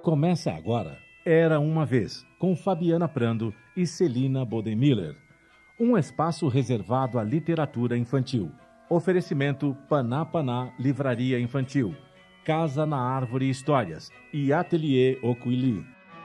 Começa agora Era Uma Vez, com Fabiana Prando e Celina Bodemiller. Um espaço reservado à literatura infantil. Oferecimento Paná Paná Livraria Infantil, Casa na Árvore Histórias e Ateliê Oquili.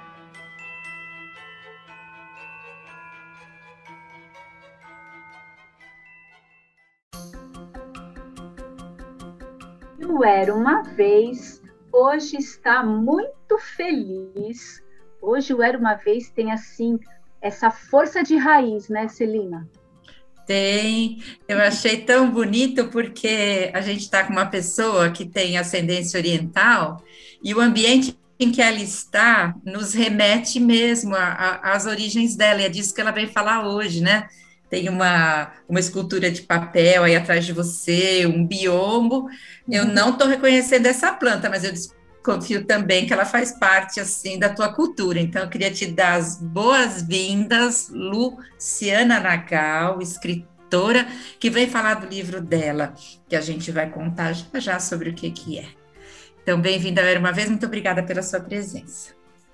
Eu era uma vez, hoje está muito feliz. Hoje o Era Uma Vez tem, assim, essa força de raiz, né, Celina? Tem, eu achei tão bonito porque a gente está com uma pessoa que tem ascendência oriental e o ambiente em que ela está nos remete mesmo às origens dela, e é disso que ela vem falar hoje, né? Tem uma escultura de papel aí atrás de você, um biombo. Eu não estou reconhecendo essa planta, mas eu desconfio também que ela faz parte, assim, da tua cultura. Então, eu queria te dar as boas-vindas, Luciana Nagal, escritora, que vem falar do livro dela, que a gente vai contar já já sobre o que é. Então, bem-vinda Era Uma Vez, muito obrigada pela sua presença.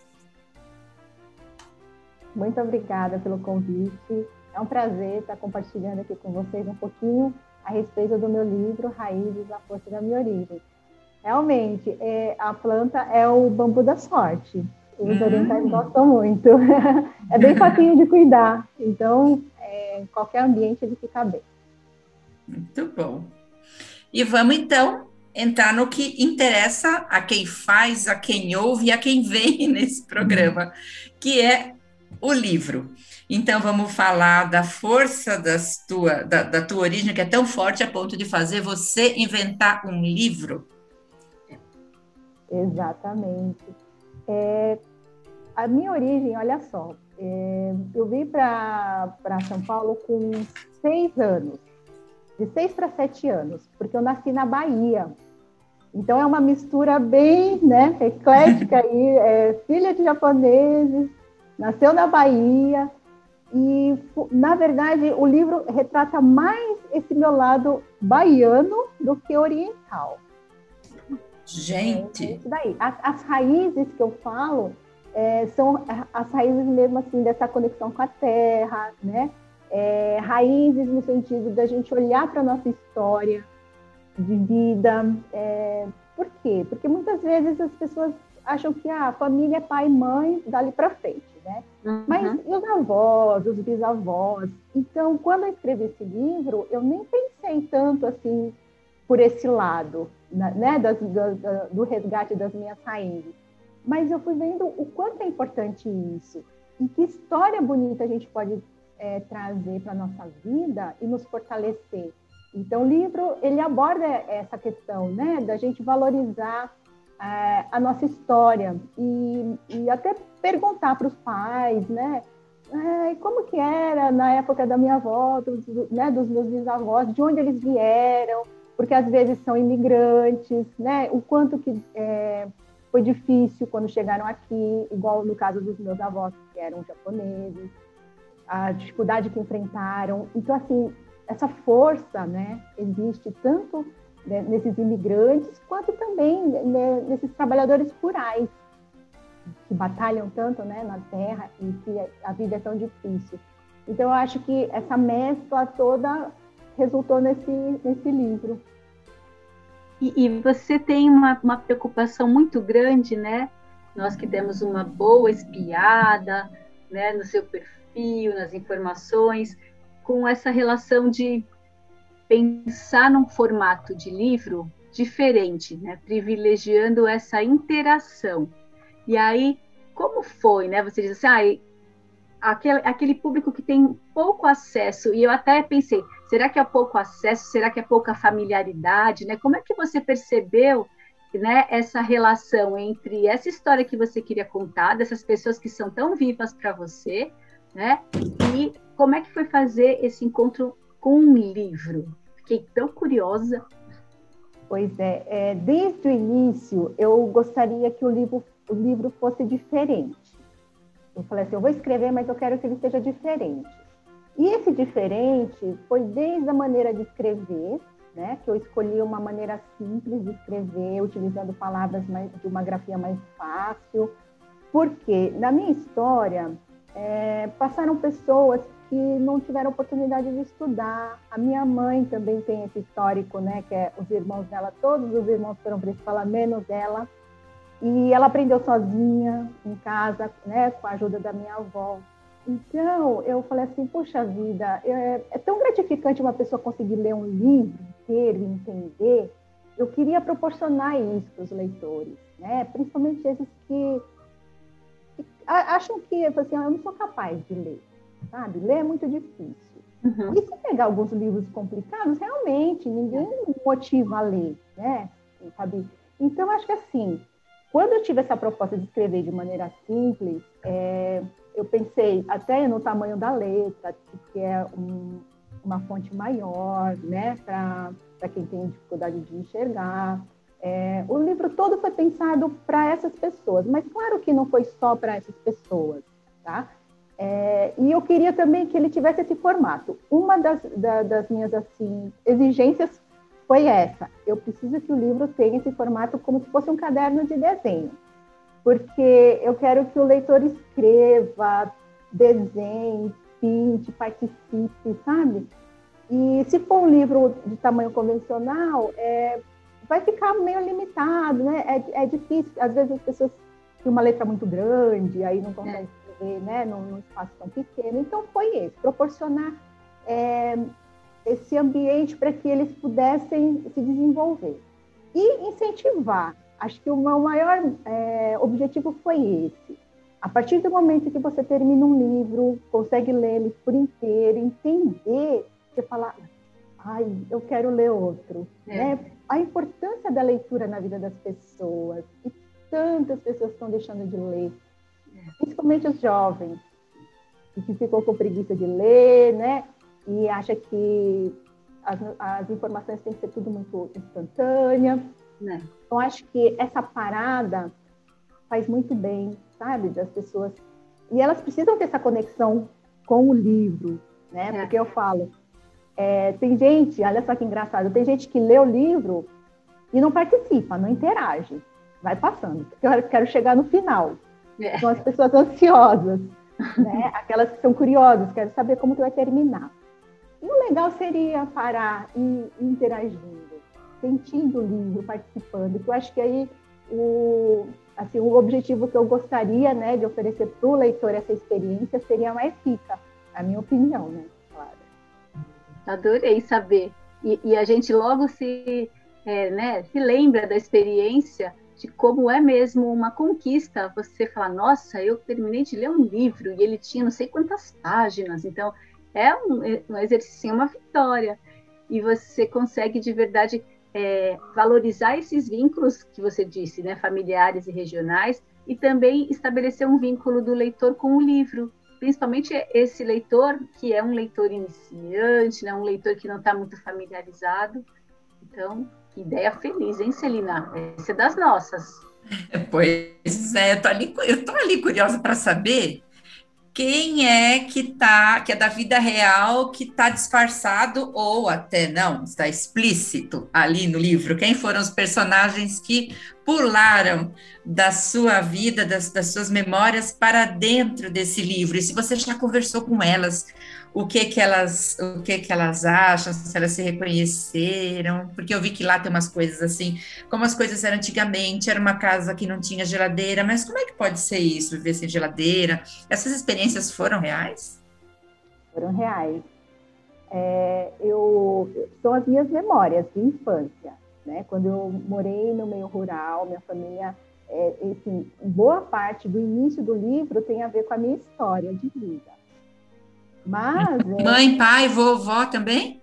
Muito obrigada pelo convite. É um prazer estar compartilhando aqui com vocês um pouquinho a respeito do meu livro, Raízes, a Força da Minha Origem. Realmente, a planta é o bambu da sorte. Os orientais gostam muito. É bem facinho de cuidar. Então, em qualquer ambiente ele fica bem. Muito bom. E vamos, então, entrar no que interessa a quem faz, a quem ouve e a quem vem nesse programa, que é o livro. Então, vamos falar da força da tua origem, que é tão forte a ponto de fazer você inventar um livro. Exatamente. A minha origem, olha só, eu vim para São Paulo com 6 anos, de 6 para 7 anos, porque eu nasci na Bahia. Então, é uma mistura bem, né, eclética aí, filha de japoneses, nasceu na Bahia. E, na verdade, o livro retrata mais esse meu lado baiano do que oriental. Gente! Isso daí. As raízes que eu falo são as raízes mesmo assim dessa conexão com a terra, né? Raízes no sentido da gente olhar para a nossa história de vida. Por quê? Porque muitas vezes as pessoas acham que a família é pai e mãe dali para frente, né? Mas e os avós, os bisavós? Então, quando eu escrevi esse livro, eu nem pensei tanto assim por esse lado, né, do resgate das minhas raízes. Mas eu fui vendo o quanto é importante isso e que história bonita a gente pode trazer para a nossa vida e nos fortalecer. Então, o livro, ele aborda essa questão, né, da gente valorizar a nossa história e até perguntar para os pais, né, como que era na época da minha avó, dos meus bisavós, de onde eles vieram, porque às vezes são imigrantes, né, o quanto que foi difícil quando chegaram aqui, igual no caso dos meus avós, que eram japoneses, a dificuldade que enfrentaram. Então, assim, essa força, né, existe tanto nesses imigrantes, quanto também nesses trabalhadores rurais, que batalham tanto, né, na terra e que a vida é tão difícil. Então, eu acho que essa mescla toda resultou nesse livro. E você tem uma preocupação muito grande, né? Nós que demos uma boa espiada, né, no seu perfil, nas informações, com essa relação de pensar num formato de livro diferente, né? Privilegiando essa interação. E aí, como foi, né? Você diz assim, aquele público que tem pouco acesso, e eu até pensei, será que é pouco acesso? Será que é pouca familiaridade, né? Como é que você percebeu, né, essa relação entre essa história que você queria contar, dessas pessoas que são tão vivas para você, né? E como é que foi fazer esse encontro com um livro? Fiquei tão curiosa. Pois desde o início eu gostaria que o livro fosse diferente. Eu falei assim, eu vou escrever, mas eu quero que ele seja diferente. E esse diferente foi desde a maneira de escrever, né? Que eu escolhi uma maneira simples de escrever, utilizando palavras de uma grafia mais fácil, porque na minha história passaram pessoas que não tiveram oportunidade de estudar. A minha mãe também tem esse histórico, né? Que é os irmãos dela, todos os irmãos foram para a escola, menos ela. E ela aprendeu sozinha, em casa, né? Com a ajuda da minha avó. Então, eu falei assim, poxa vida, é tão gratificante uma pessoa conseguir ler um livro inteiro e entender. Eu queria proporcionar isso para os leitores, né? Principalmente esses que acham que, assim, eu não sou capaz de ler, sabe? Ler é muito difícil. Uhum. E se pegar alguns livros complicados, realmente, ninguém motiva a ler, né? Sabe? Então, acho que assim, quando eu tive essa proposta de escrever de maneira simples, eu pensei até no tamanho da letra, que é uma fonte maior, né? Para quem tem dificuldade de enxergar. O livro todo foi pensado para essas pessoas, mas claro que não foi só para essas pessoas, tá? E eu queria também que ele tivesse esse formato. Uma das minhas assim, exigências foi essa. Eu preciso que o livro tenha esse formato como se fosse um caderno de desenho, porque eu quero que o leitor escreva, desenhe, pinte, participe, sabe? E se for um livro de tamanho convencional, vai ficar meio limitado, né? É difícil. Às vezes as pessoas têm uma letra muito grande, aí não conseguem escrever, né? Num espaço tão pequeno. Então, foi proporcionar esse ambiente para que eles pudessem se desenvolver. E incentivar. Acho que o meu maior objetivo foi esse. A partir do momento que você termina um livro, consegue ler ele por inteiro, entender, você fala, ai, eu quero ler outro, né? A importância da leitura na vida das pessoas, e tantas pessoas estão deixando de ler, principalmente os jovens, que ficam com preguiça de ler, né? E acha que as informações têm que ser tudo muito instantânea. Né? Então, acho que essa parada faz muito bem, sabe, das pessoas. E elas precisam ter essa conexão com o livro, né? Porque eu falo, tem gente, olha só que engraçado, tem gente que lê o livro e não participa, não interage, vai passando, porque eu quero chegar no final. São as pessoas ansiosas, né? Aquelas que são curiosas, querem saber como que vai terminar. E o legal seria parar e ir interagindo, sentindo o livro, participando, que eu acho que aí o objetivo que eu gostaria, né, de oferecer para o leitor essa experiência seria mais rica, a minha opinião, né? Claro. Adorei saber. E a gente logo se lembra da experiência de como é mesmo uma conquista. Você fala, nossa, eu terminei de ler um livro e ele tinha não sei quantas páginas. Então, é um exercício, uma vitória. E você consegue, de verdade, valorizar esses vínculos que você disse, né, familiares e regionais, e também estabelecer um vínculo do leitor com o livro. Principalmente esse leitor que é um leitor iniciante, né, um leitor que não está muito familiarizado. Então, que ideia feliz, hein, Celina? Essa é das nossas. Pois é, eu tô ali curiosa para saber quem é que é da vida real, que está disfarçado ou até não, está explícito ali no livro. Quem foram os personagens que pularam da sua vida, das suas memórias para dentro desse livro? E se você já conversou com elas, o que elas acham, se elas se reconheceram? Porque eu vi que lá tem umas coisas assim, como as coisas eram antigamente, era uma casa que não tinha geladeira, mas como é que pode ser isso, viver sem geladeira? Essas experiências foram reais? Foram reais. São as minhas memórias de infância, né? Quando eu morei no meio rural, minha família, boa parte do início do livro tem a ver com a minha história de vida. Mas... Mãe, pai, vovó também?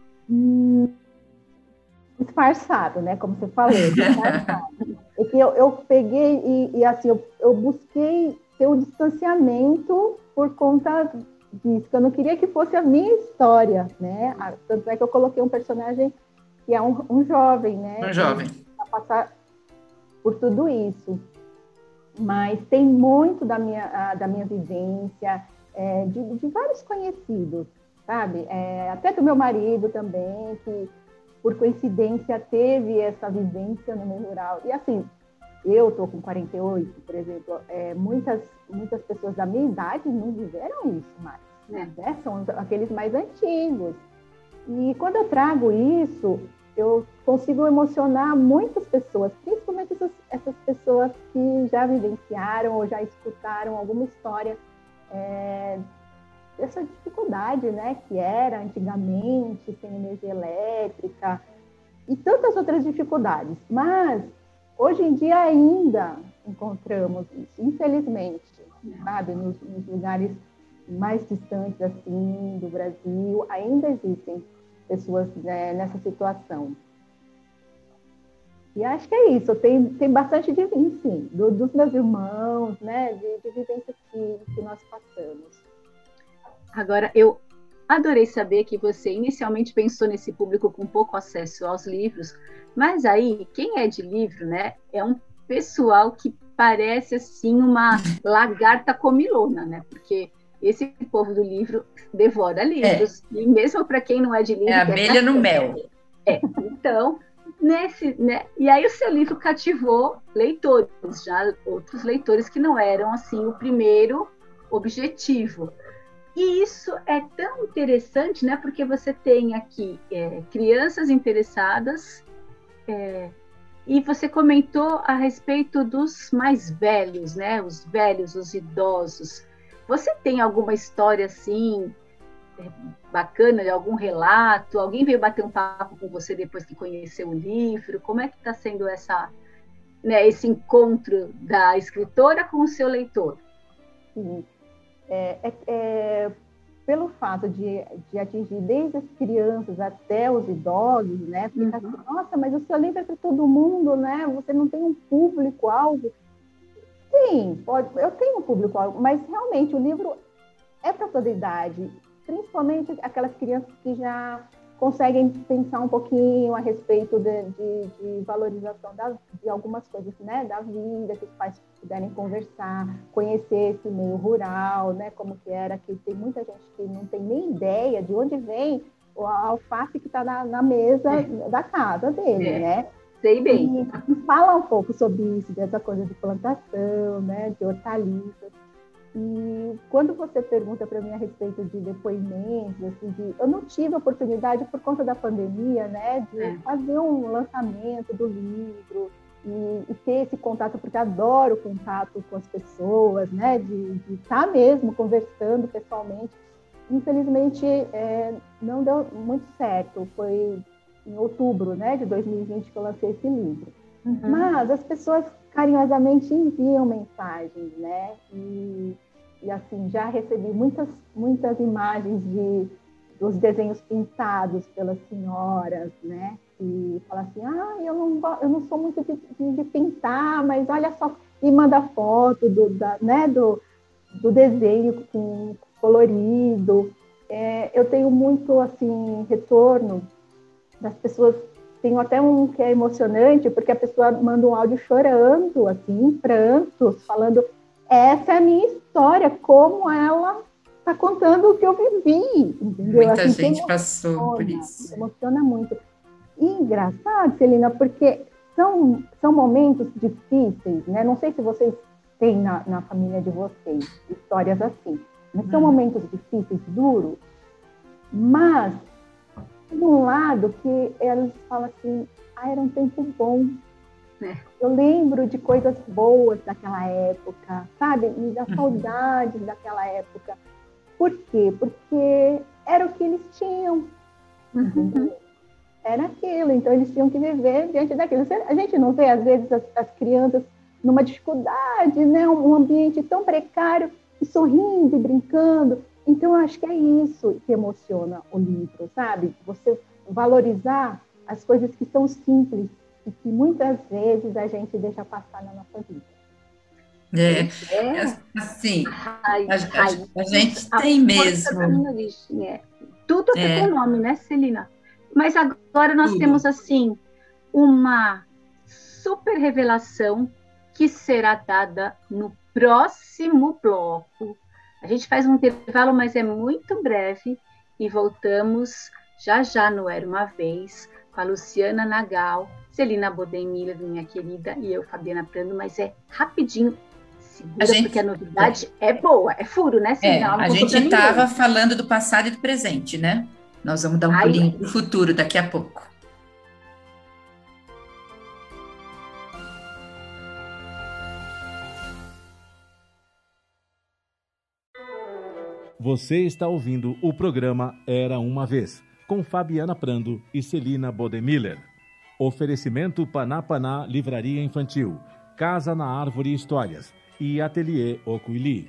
Disfarçado, né? Como você falou, disfarçado. É que eu peguei e assim, eu busquei ter um distanciamento por conta disso, que eu não queria que fosse a minha história, né? Tanto é que eu coloquei um personagem que é um jovem, né? Um jovem. Para passar por tudo isso. Mas tem muito da minha vivência, de vários conhecidos, sabe? Até do meu marido também, que por coincidência, teve essa vivência no meio rural. E assim, eu estou com 48, por exemplo, muitas pessoas da minha idade não viveram isso mais, né? São aqueles mais antigos. E quando eu trago isso, eu consigo emocionar muitas pessoas, principalmente essas pessoas que já vivenciaram ou já escutaram alguma história dessa dificuldade, né, que era antigamente, sem energia elétrica e tantas outras dificuldades. Mas, hoje em dia, ainda encontramos isso, infelizmente, sabe, nos lugares mais distantes, assim, do Brasil, ainda existem pessoas, né, nessa situação. E acho que é isso, tem bastante de mim, sim, dos meus irmãos, né, de vivências que nós passamos. Agora, eu adorei saber que você inicialmente pensou nesse público com pouco acesso aos livros, mas aí, quem é de livro, né, é um pessoal que parece, assim, uma lagarta comilona, né, porque esse povo do livro devora livros, e mesmo para quem não é de livro... É abelha no mel. Então, né, e aí o seu livro cativou leitores, já outros leitores que não eram, assim, o primeiro objetivo. E isso é tão interessante, né? Porque você tem aqui crianças interessadas, e você comentou a respeito dos mais velhos, né? Os velhos, os idosos. Você tem alguma história assim bacana, de algum relato? Alguém veio bater um papo com você depois que conheceu o livro? Como é que está sendo esse encontro da escritora com o seu leitor? Sim. Pelo fato de atingir desde as crianças até os idosos, né? Fica assim, nossa, mas o seu livro é para todo mundo, né? Você não tem um público-alvo? Sim, eu tenho um público-alvo, mas realmente o livro é para toda idade, principalmente aquelas crianças que já conseguem pensar um pouquinho a respeito de valorização de algumas coisas, né, da vida, que os pais puderem conversar, conhecer esse meio rural, né, como que era, que tem muita gente que não tem nem ideia de onde vem a alface que está na mesa da casa dele, né? Sei bem. E fala um pouco sobre isso, dessa coisa de plantação, né, de hortaliças. E quando você pergunta para mim a respeito de depoimentos, assim, eu não tive a oportunidade, por conta da pandemia, né, de fazer um lançamento do livro e ter esse contato, porque adoro o contato com as pessoas, né, de estar mesmo conversando pessoalmente. Infelizmente, não deu muito certo. Foi em outubro, né, de 2020 que eu lancei esse livro. Mas as pessoas carinhosamente enviam mensagens, né? E assim, já recebi muitas imagens dos desenhos pintados pelas senhoras, né? E fala assim, eu não sou muito de pintar, mas olha só, e manda foto do desenho com colorido. Eu tenho muito, assim, retorno das pessoas. Tenho até um que é emocionante, porque a pessoa manda um áudio chorando, assim, em prantos, falando, essa é a minha história, como ela está contando o que eu vivi, entendeu? Muita assim, gente passou por isso. Emociona muito. E engraçado, Celina, porque são momentos difíceis, né? Não sei se vocês têm na família de vocês histórias assim, mas são momentos difíceis, duros, mas de um lado que elas falam assim, era um tempo bom. Eu lembro de coisas boas daquela época, sabe? E das saudades daquela época. Por quê? Porque era o que eles tinham. Era aquilo, então eles tinham que viver diante daquilo. A gente não vê, às vezes, as crianças numa dificuldade, né? Um ambiente tão precário, e sorrindo e brincando. Então, eu acho que é isso que emociona o livro, sabe? Você valorizar as coisas que são simples e que muitas vezes a gente deixa passar na nossa vida. Assim, a gente tem mesmo. Tudo tem nome, né, Celina? Mas agora nós temos, assim, uma super revelação que será dada no próximo bloco. A gente faz um intervalo, mas é muito breve, e voltamos já no Era Uma Vez, com a Luciana Nagal, Celina Bodenmiller, minha querida, e eu, Fabiana Prando, mas é rapidinho. Segura, porque a novidade é boa, é furo, né, Celina? A gente estava falando do passado e do presente, né? Nós vamos dar um pulinho para o futuro daqui a pouco. Você está ouvindo o programa Era Uma Vez, com Fabiana Prando e Celina Bodenmiller. Oferecimento Paná Paná Livraria Infantil, Casa na Árvore Histórias e Ateliê Okuili.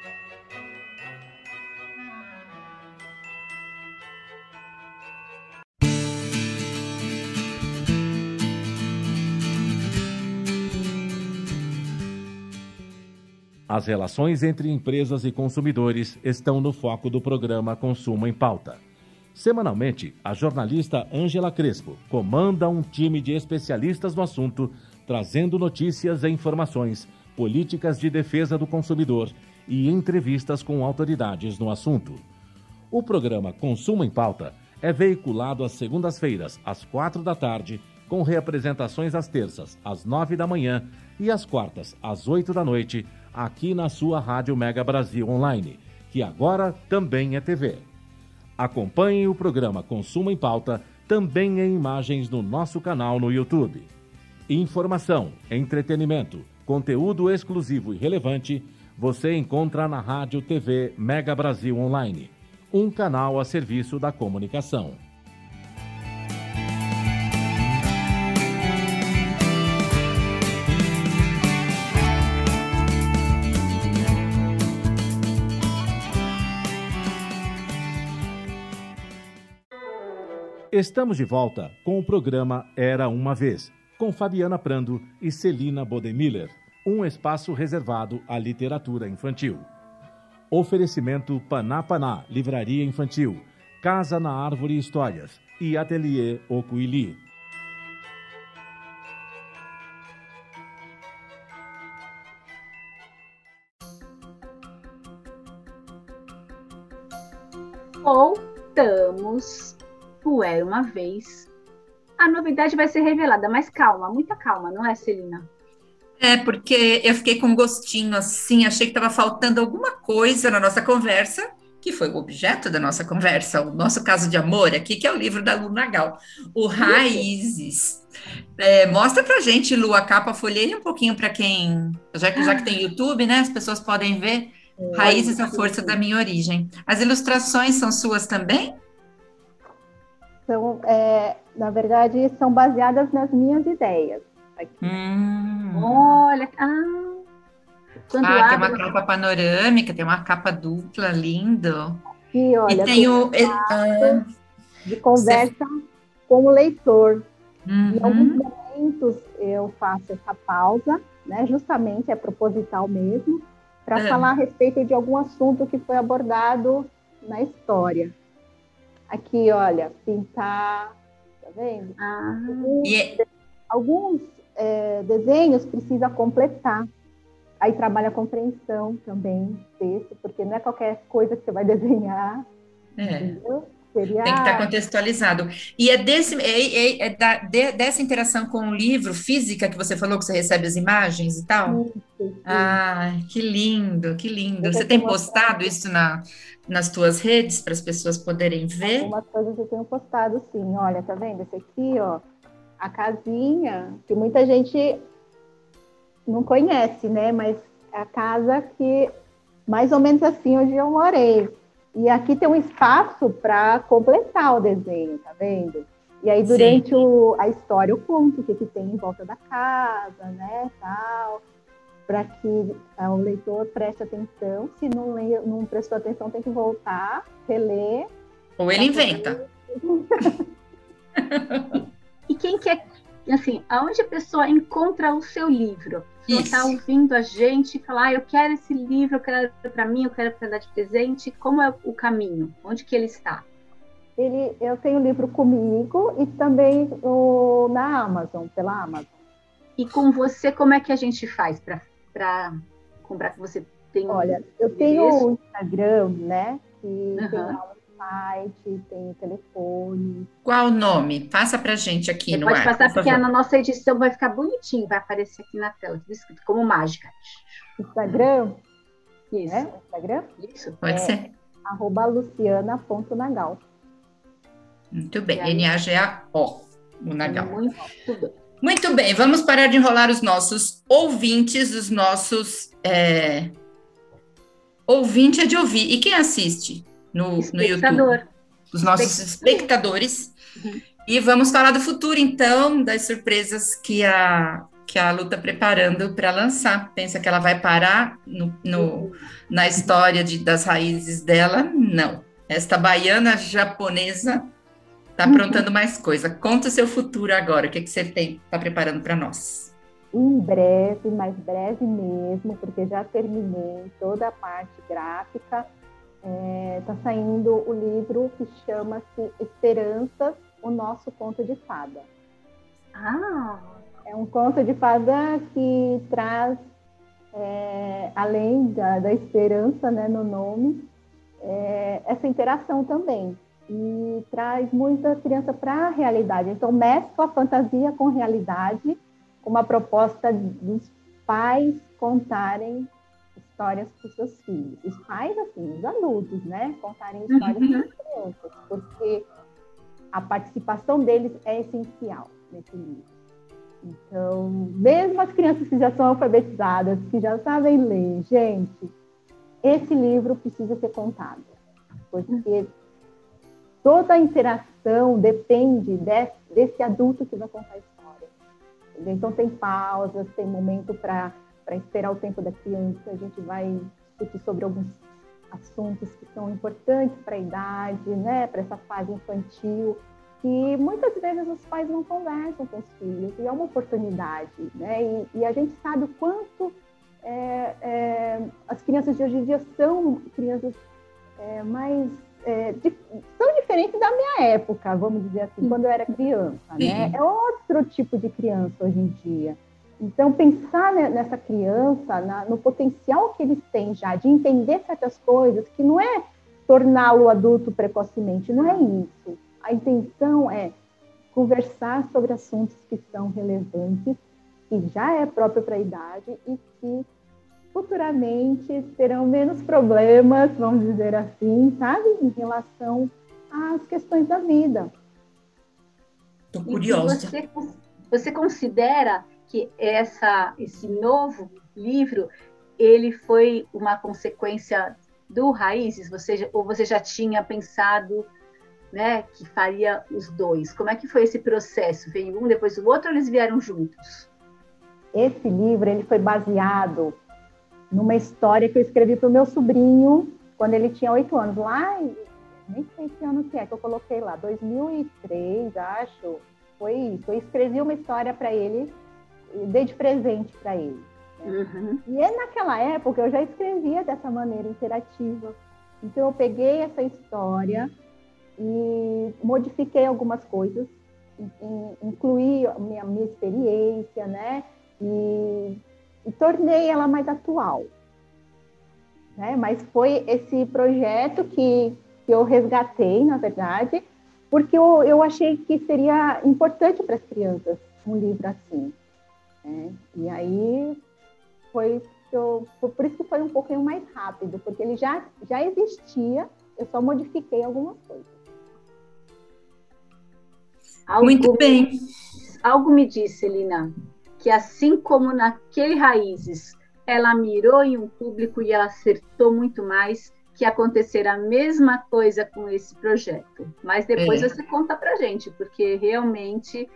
As relações entre empresas e consumidores estão no foco do programa Consumo em Pauta. Semanalmente, a jornalista Ângela Crespo comanda um time de especialistas no assunto, trazendo notícias e informações, políticas de defesa do consumidor e entrevistas com autoridades no assunto. O programa Consumo em Pauta é veiculado às segundas-feiras, às 16h, com reapresentações às terças, às 9h, e às quartas, às 20h, aqui na sua Rádio Mega Brasil Online, que agora também é TV. Acompanhe o programa Consumo em Pauta também em imagens no nosso canal no YouTube. Informação, entretenimento, conteúdo exclusivo e relevante, você encontra na Rádio TV Mega Brasil Online, um canal a serviço da comunicação. Estamos de volta com o programa Era Uma Vez, com Fabiana Prando e Celina Bodenmiller, um espaço reservado à literatura infantil. Oferecimento Paná Paná, Livraria Infantil, Casa na Árvore Histórias e Ateliê Okuili. Voltamos. Era uma vez. A novidade vai ser revelada, mas calma, muita calma, não é, Celina? Porque eu fiquei com um gostinho assim, achei que estava faltando alguma coisa na nossa conversa, que foi o objeto da nossa conversa, o nosso caso de amor aqui, que é o livro da Lu Nagal, o Raízes. Mostra pra gente, Lu, a capa, folheia um pouquinho para quem, já que tem YouTube, né, as pessoas podem ver. Raízes, a força da minha origem. As ilustrações são suas também? São, na verdade, são baseadas nas minhas ideias. Olha, tem uma capa panorâmica, tem uma capa dupla, lindo. E olha, e tem o de conversa com o leitor. Em alguns momentos eu faço essa pausa, né? Justamente é proposital mesmo, para falar a respeito de algum assunto que foi abordado na história. Aqui, olha, pintar, tá vendo? Alguns desenhos precisa completar. Aí trabalha a compreensão também, texto, porque não é qualquer coisa que você vai desenhar, entendeu? Tem que estar contextualizado. E dessa interação com o livro, física, que você falou, que você recebe as imagens e tal? Sim. Que lindo, que lindo. Você tem postado isso nas tuas redes para as pessoas poderem ver? Algumas coisas eu tenho postado, sim. Olha, tá vendo? Esse aqui, ó, a casinha, que muita gente não conhece, né? Mas é a casa que, mais ou menos assim, onde eu morei. E aqui tem um espaço para completar o desenho, tá vendo? E aí, durante a história, eu conto o que tem em volta da casa, né, tal, para que o leitor preste atenção. Se não prestou atenção, tem que voltar, reler. Ou ele inventa. E quem quer, assim, aonde a pessoa encontra o seu livro? Você está ouvindo a gente falar, eu quero esse livro, eu quero para mim, eu quero para dar de presente. Como é o caminho? Onde que ele está? Eu tenho o livro comigo e também na Amazon, pela Amazon. E com você, como é que a gente faz para comprar? Que você tem? Olha, eu tenho o Instagram, né? Que tem lá site, tem o telefone. Qual o nome? Passa para a gente aqui Você no pode ar, passar, por porque favor. na nossa edição vai ficar bonitinho, vai aparecer aqui na tela, tudo escrito como mágica. Instagram, Isso, né? Instagram isso. Pode ser? @luciana.nagal. Muito bem, E aí? N-A-G-A-O, o Nagal. Muito bem. Muito bem, vamos parar de enrolar os nossos ouvintes, os nossos... Ouvinte é de ouvir. E quem assiste no Espectador. YouTube? Os nossos espectadores. E vamos falar do futuro, então, das surpresas que a Lu está preparando para lançar. Pensa que ela vai parar na história das raízes dela? Não. Esta baiana japonesa está aprontando mais coisa. Conta o seu futuro agora. O que você está preparando para nós? Em breve, mais breve mesmo, porque já terminei toda a parte gráfica. Está saindo o livro que chama-se Esperanças, o Nosso Conto de Fada. É um conto de fada que traz, além da esperança, né, no nome, essa interação também. E traz muita criança para a realidade. Então, mescla a fantasia com realidade, com uma proposta dos pais contarem histórias para os seus filhos. Os pais, assim, os adultos, né? Contarem histórias para as crianças, porque a participação deles é essencial nesse livro. Então, mesmo as crianças que já são alfabetizadas, que já sabem ler, gente, esse livro precisa ser contado, porque toda a interação depende desse adulto que vai contar a história. Então, tem pausas, tem momento para esperar o tempo da criança, a gente vai discutir sobre alguns assuntos que são importantes para a idade, né, para essa fase infantil, que muitas vezes os pais não conversam com os filhos, e é uma oportunidade, né, e a gente sabe o quanto as crianças de hoje em dia são crianças são diferentes da minha época, vamos dizer assim, quando eu era criança, né? É outro tipo de criança hoje em dia. Então, pensar nessa criança, no potencial que eles têm já de entender certas coisas, que não é torná-lo adulto precocemente, não é isso. A intenção é conversar sobre assuntos que são relevantes, que já é próprio para a idade e que futuramente terão menos problemas, vamos dizer assim, sabe? Em relação às questões da vida. Estou curiosa. Você considera que esse novo livro, ele foi uma consequência do Raízes? Ou você já tinha pensado, né, que faria os dois? Como é que foi esse processo? Veio um depois do outro ou eles vieram juntos? Esse livro, ele foi baseado numa história que eu escrevi para o meu sobrinho quando ele tinha 8 anos. Lá, nem sei que ano que eu coloquei lá, 2003, acho, foi isso. Eu escrevi uma história para ele e dei de presente para ele. Né? E naquela época eu já escrevia dessa maneira interativa. Então eu peguei essa história e modifiquei algumas coisas, incluí a minha experiência, né? E tornei ela mais atual, né? Mas foi esse projeto que eu resgatei, na verdade, porque eu achei que seria importante para as crianças um livro assim, né? E aí foi por isso que foi um pouquinho mais rápido, porque ele já existia, eu só modifiquei algumas coisas. Muito bem. Algo me disse, Celina, que assim como naquele Raízes, ela mirou em um público e ela acertou muito mais, que acontecer a mesma coisa com esse projeto. Mas depois você conta pra gente, porque realmente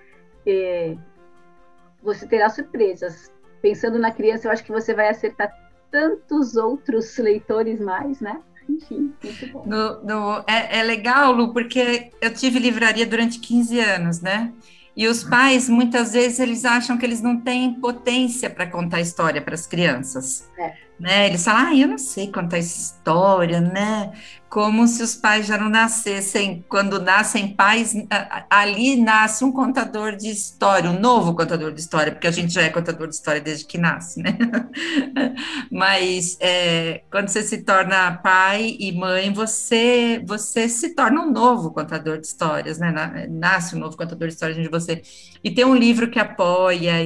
você terá surpresas. Pensando na criança, eu acho que você vai acertar tantos outros leitores mais, né? Enfim, muito bom. É legal, Lu, porque eu tive livraria durante 15 anos, né? E os pais, muitas vezes, eles acham que eles não têm potência para contar história para as crianças. né? Eles falam, eu não sei contar essa história, né? Como se os pais já não nascessem, quando nascem pais, ali nasce um contador de história, um novo contador de história, porque a gente já é contador de história desde que nasce, né? Mas quando você se torna pai e mãe, você se torna um novo contador de histórias, né? Nasce um novo contador de histórias de você. E tem um livro que apoia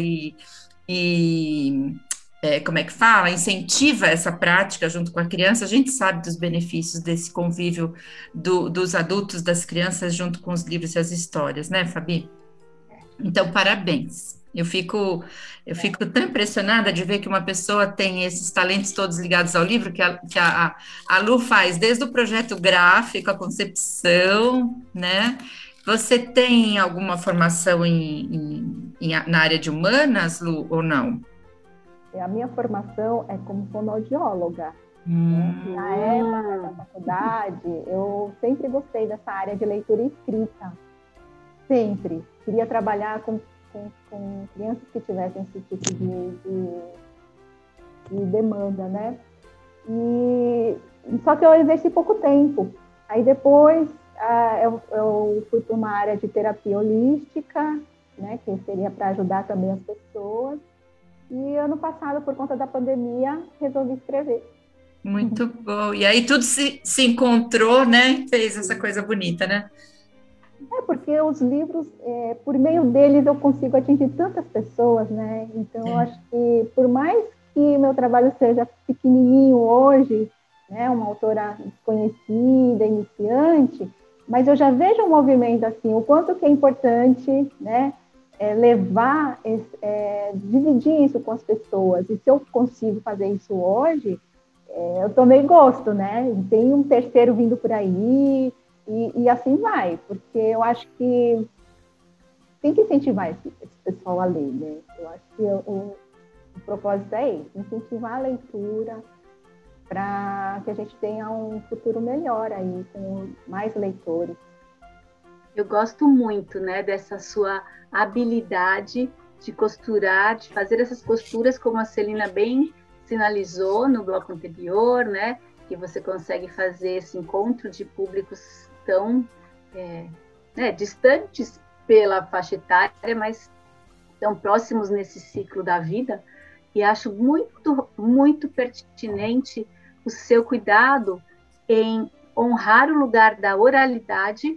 e como é que fala? Incentiva essa prática junto com a criança. A gente sabe dos benefícios desse convívio dos adultos, das crianças, junto com os livros e as histórias, né, Fabi? Então, parabéns. Eu fico tão impressionada de ver que uma pessoa tem esses talentos todos ligados ao livro, que a Lu faz desde o projeto gráfico, a concepção, né? Você tem alguma formação na área de humanas, Lu, ou não? A minha formação é como fonoaudióloga. Na época da faculdade, eu sempre gostei dessa área de leitura e escrita. Sempre. Queria trabalhar com crianças que tivessem esse tipo de demanda, né? Só que eu exerci pouco tempo. Aí depois eu fui para uma área de terapia holística, né? Que seria para ajudar também as pessoas. E ano passado, por conta da pandemia, resolvi escrever. Muito bom. E aí tudo se encontrou, né? Fez essa coisa bonita, né? Porque os livros, por meio deles, eu consigo atingir tantas pessoas, né? Então, eu acho que, por mais que meu trabalho seja pequenininho hoje, né? Uma autora desconhecida, iniciante, mas eu já vejo um movimento assim, o quanto que é importante, né? Levar, dividir isso com as pessoas. E se eu consigo fazer isso hoje, eu tomei gosto, né? Tem um terceiro vindo por aí, e assim vai, porque eu acho que tem que incentivar esse pessoal a ler, né? Eu acho que o propósito é esse, incentivar a leitura para que a gente tenha um futuro melhor aí, com mais leitores. Eu gosto muito, né, dessa sua habilidade de costurar, de fazer essas costuras, como a Celina bem sinalizou no bloco anterior, né, que você consegue fazer esse encontro de públicos tão distantes pela faixa etária, mas tão próximos nesse ciclo da vida, e acho muito, muito pertinente o seu cuidado em honrar o lugar da oralidade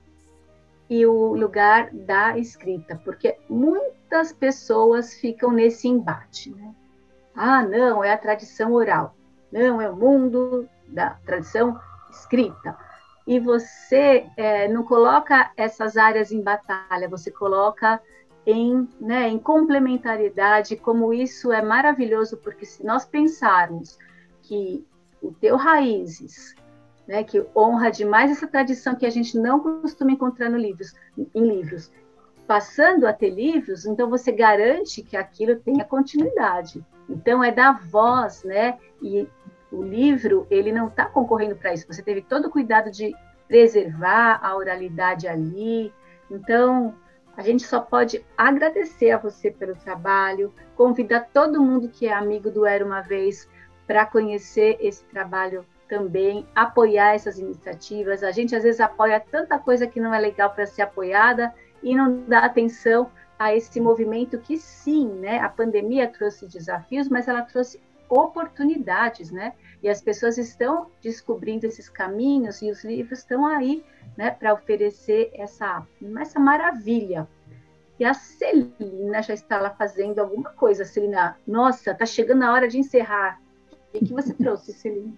e o lugar da escrita, porque muitas pessoas ficam nesse embate, né? Não, é a tradição oral, não, é o mundo da tradição escrita. E você não coloca essas áreas em batalha, você coloca em complementariedade, como isso é maravilhoso, porque se nós pensarmos que o teu Raízes, né, que honra demais essa tradição que a gente não costuma encontrar em livros, passando a ter livros, então você garante que aquilo tenha continuidade. Então, é da voz, né? E o livro, ele não está concorrendo para isso. Você teve todo o cuidado de preservar a oralidade ali. Então, a gente só pode agradecer a você pelo trabalho, convidar todo mundo que é amigo do Era Uma Vez para conhecer esse trabalho também, apoiar essas iniciativas. A gente, às vezes, apoia tanta coisa que não é legal para ser apoiada e não dá atenção a esse movimento que, sim, né, a pandemia trouxe desafios, mas ela trouxe oportunidades, né? E as pessoas estão descobrindo esses caminhos e os livros estão aí, né, para oferecer essa maravilha. E a Celina já está lá fazendo alguma coisa. Celina, nossa, está chegando a hora de encerrar. O que você trouxe, Celina?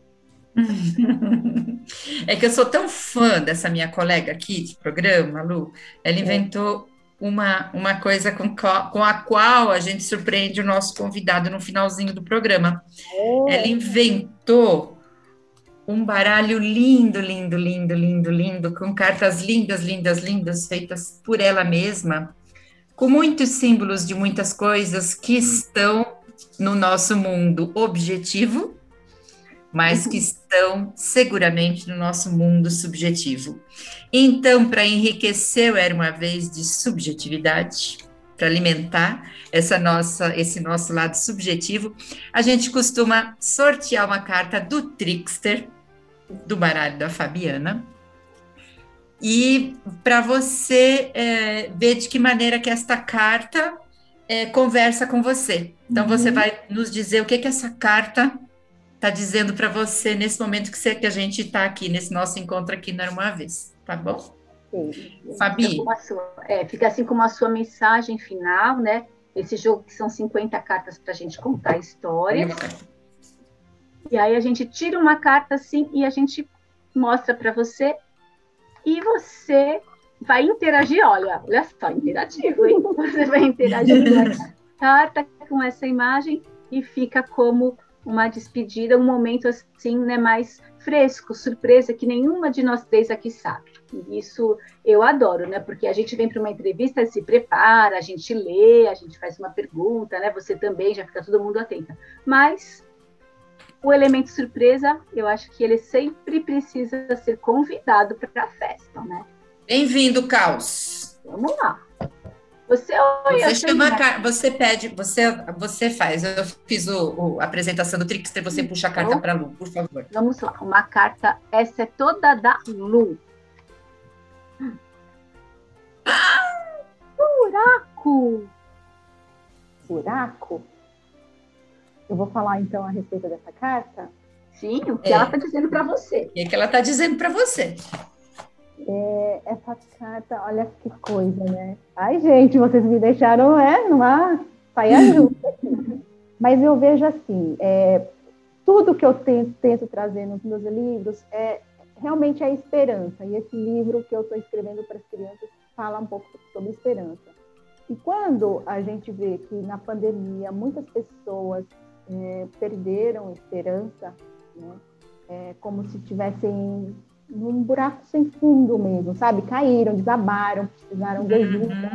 É que eu sou tão fã dessa minha colega aqui de programa, Lu. Ela inventou uma coisa com a qual a gente surpreende o nosso convidado no finalzinho do programa. Ela inventou um baralho lindo, lindo, lindo, lindo, lindo, com cartas lindas, lindas, lindas, feitas por ela mesma, com muitos símbolos de muitas coisas que estão no nosso mundo objetivo, mas que estão seguramente no nosso mundo subjetivo. Então, para enriquecer o Era Uma Vez de subjetividade, para alimentar esse nosso lado subjetivo, a gente costuma sortear uma carta do Trickster, do baralho da Fabiana, e para você ver de que maneira que esta carta conversa com você. Então, você vai nos dizer o que essa carta está dizendo para você nesse momento que a gente está aqui, nesse nosso encontro aqui na Uma Vez, tá bom? Sim. Fabi? Fica assim como a sua mensagem final, né? Esse jogo que são 50 cartas para a gente contar histórias. E aí a gente tira uma carta assim e a gente mostra para você e você vai interagir. Olha só, interativo, hein? Você vai interagir com essa carta, com essa imagem e fica como uma despedida, um momento assim, né, mais fresco, surpresa, que nenhuma de nós três aqui sabe. E isso eu adoro, né? Porque a gente vem para uma entrevista, se prepara, a gente lê, a gente faz uma pergunta, né? Você também, já fica todo mundo atenta. Mas o elemento surpresa, eu acho que ele sempre precisa ser convidado para a festa, né? Bem-vindo, Caos. Vamos lá. Você pede, você faz. Eu fiz a apresentação do Trickster, você puxa a carta para a Lu, por favor. Vamos lá, uma carta, essa é toda da Lu. Buraco! Buraco? Eu vou falar então a respeito dessa carta? Sim, o que ela está dizendo para você. O que ela está dizendo para você? Essa carta, olha que coisa, né? Ai, gente, vocês me deixaram, numa saia justa aqui. Mas eu vejo assim, tudo que eu tento trazer nos meus livros realmente é esperança. E esse livro que eu estou escrevendo para as crianças fala um pouco sobre esperança. E quando a gente vê que na pandemia muitas pessoas perderam esperança, né? Como se estivessem num buraco sem fundo mesmo, sabe? Caíram, desabaram, precisaram de ajuda,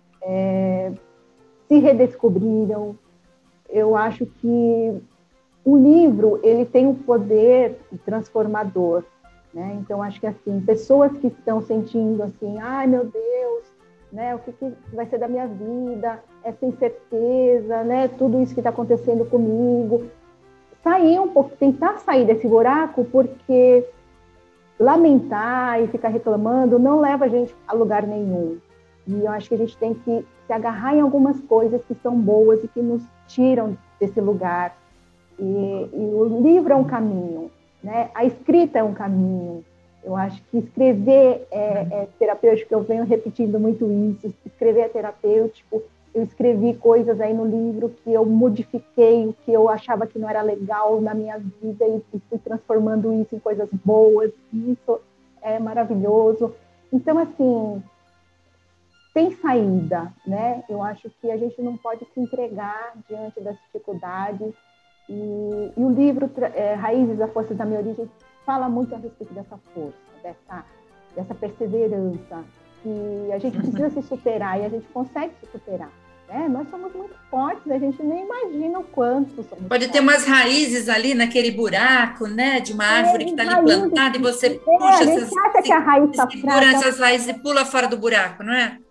se redescobriram. Eu acho que o livro, ele tem um poder transformador, né? Então, acho que, assim, pessoas que estão sentindo, assim, ai, meu Deus, né? O que vai ser da minha vida? Essa incerteza, né? Tudo isso que está acontecendo comigo. Sair um pouco, tentar sair desse buraco, porque lamentar e ficar reclamando não leva a gente a lugar nenhum. E eu acho que a gente tem que se agarrar em algumas coisas que são boas e que nos tiram desse lugar. E o livro é um caminho, né? A escrita é um caminho. Eu acho que escrever é terapêutico, eu venho repetindo muito isso. Escrever é terapêutico. Eu escrevi coisas aí no livro que eu modifiquei, o que eu achava que não era legal na minha vida e fui transformando isso em coisas boas. Isso é maravilhoso. Então, assim, tem saída, né? Eu acho que a gente não pode se entregar diante das dificuldades. E o livro Raízes, a Força da Minha Origem fala muito a respeito dessa força, dessa perseverança, que a gente precisa se superar e a gente consegue se superar. Nós somos muito fortes, a gente nem imagina o quanto somos Pode fortes. ter umas raízes ali naquele buraco, né, de uma árvore que está ali plantada e você puxa segura essas raízes e pula fora do buraco, não é?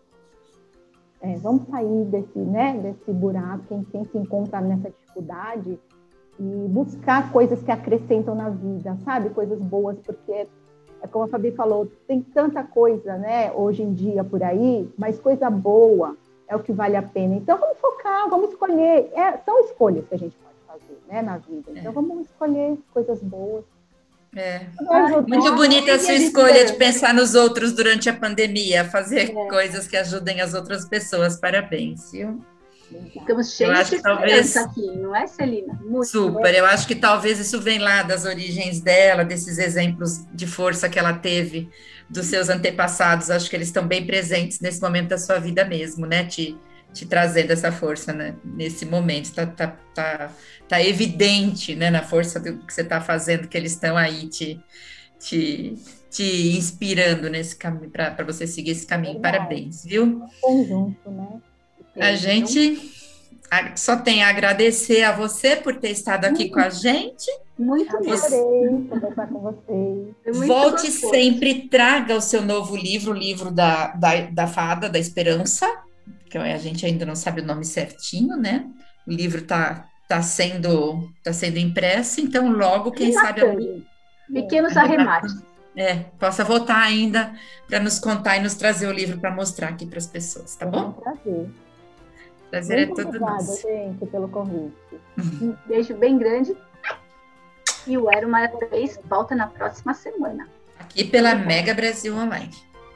Vamos sair desse buraco, quem se encontra nessa dificuldade, e buscar coisas que acrescentam na vida, sabe? Coisas boas, porque como a Fabi falou, tem tanta coisa, né, hoje em dia por aí, mas coisa boa é o que vale a pena. Então, vamos focar, vamos escolher. São escolhas que a gente pode fazer, né, na vida. Então, vamos escolher coisas boas. Muito bonita a sua escolha de pensar nos outros durante a pandemia, fazer coisas que ajudem as outras pessoas. Parabéns, viu? Estamos cheios de esperança aqui, não é, Celina? Super, eu acho que talvez isso vem lá das origens dela, desses exemplos de força que ela teve dos seus antepassados. Acho que eles estão bem presentes nesse momento da sua vida mesmo, né? Te trazendo essa força, né? Nesse momento. Tá evidente, né? Na força do que você está fazendo, que eles estão aí te inspirando nesse caminho, para você seguir esse caminho. Parabéns, viu? Conjunto, né? A gente só tem a agradecer a você por ter estado aqui com a gente. Muito adorei conversar com vocês. Volte sempre, traga o seu novo livro, o livro da Fada, da Esperança, que a gente ainda não sabe o nome certinho, né? O livro tá sendo impresso, então logo, quem sabe, pequenos arremates. Possa voltar ainda para nos contar e nos trazer o livro para mostrar aqui para as pessoas, tá bom? Prazer Muito é todo obrigada, nosso. gente, pelo convite. Um beijo bem grande. E o Era Uma Vez volta na próxima semana. Aqui pela Mega Brasil Online.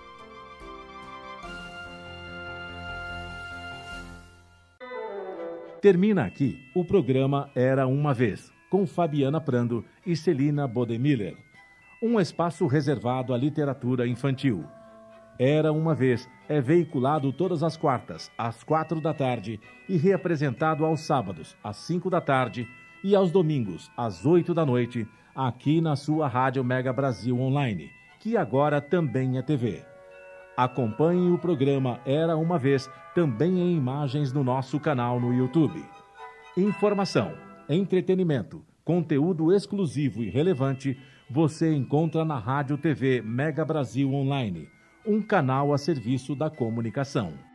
Termina aqui o programa Era Uma Vez, com Fabiana Prando e Celina Bodemiller. Um espaço reservado à literatura infantil. Era Uma Vez é veiculado todas as quartas, às 16h, e reapresentado aos sábados, às 17h, e aos domingos, às 20h, aqui na sua Rádio Mega Brasil Online, que agora também é TV. Acompanhe o programa Era Uma Vez também em imagens no nosso canal no YouTube. Informação, entretenimento, conteúdo exclusivo e relevante você encontra na Rádio TV Mega Brasil Online, um canal a serviço da comunicação.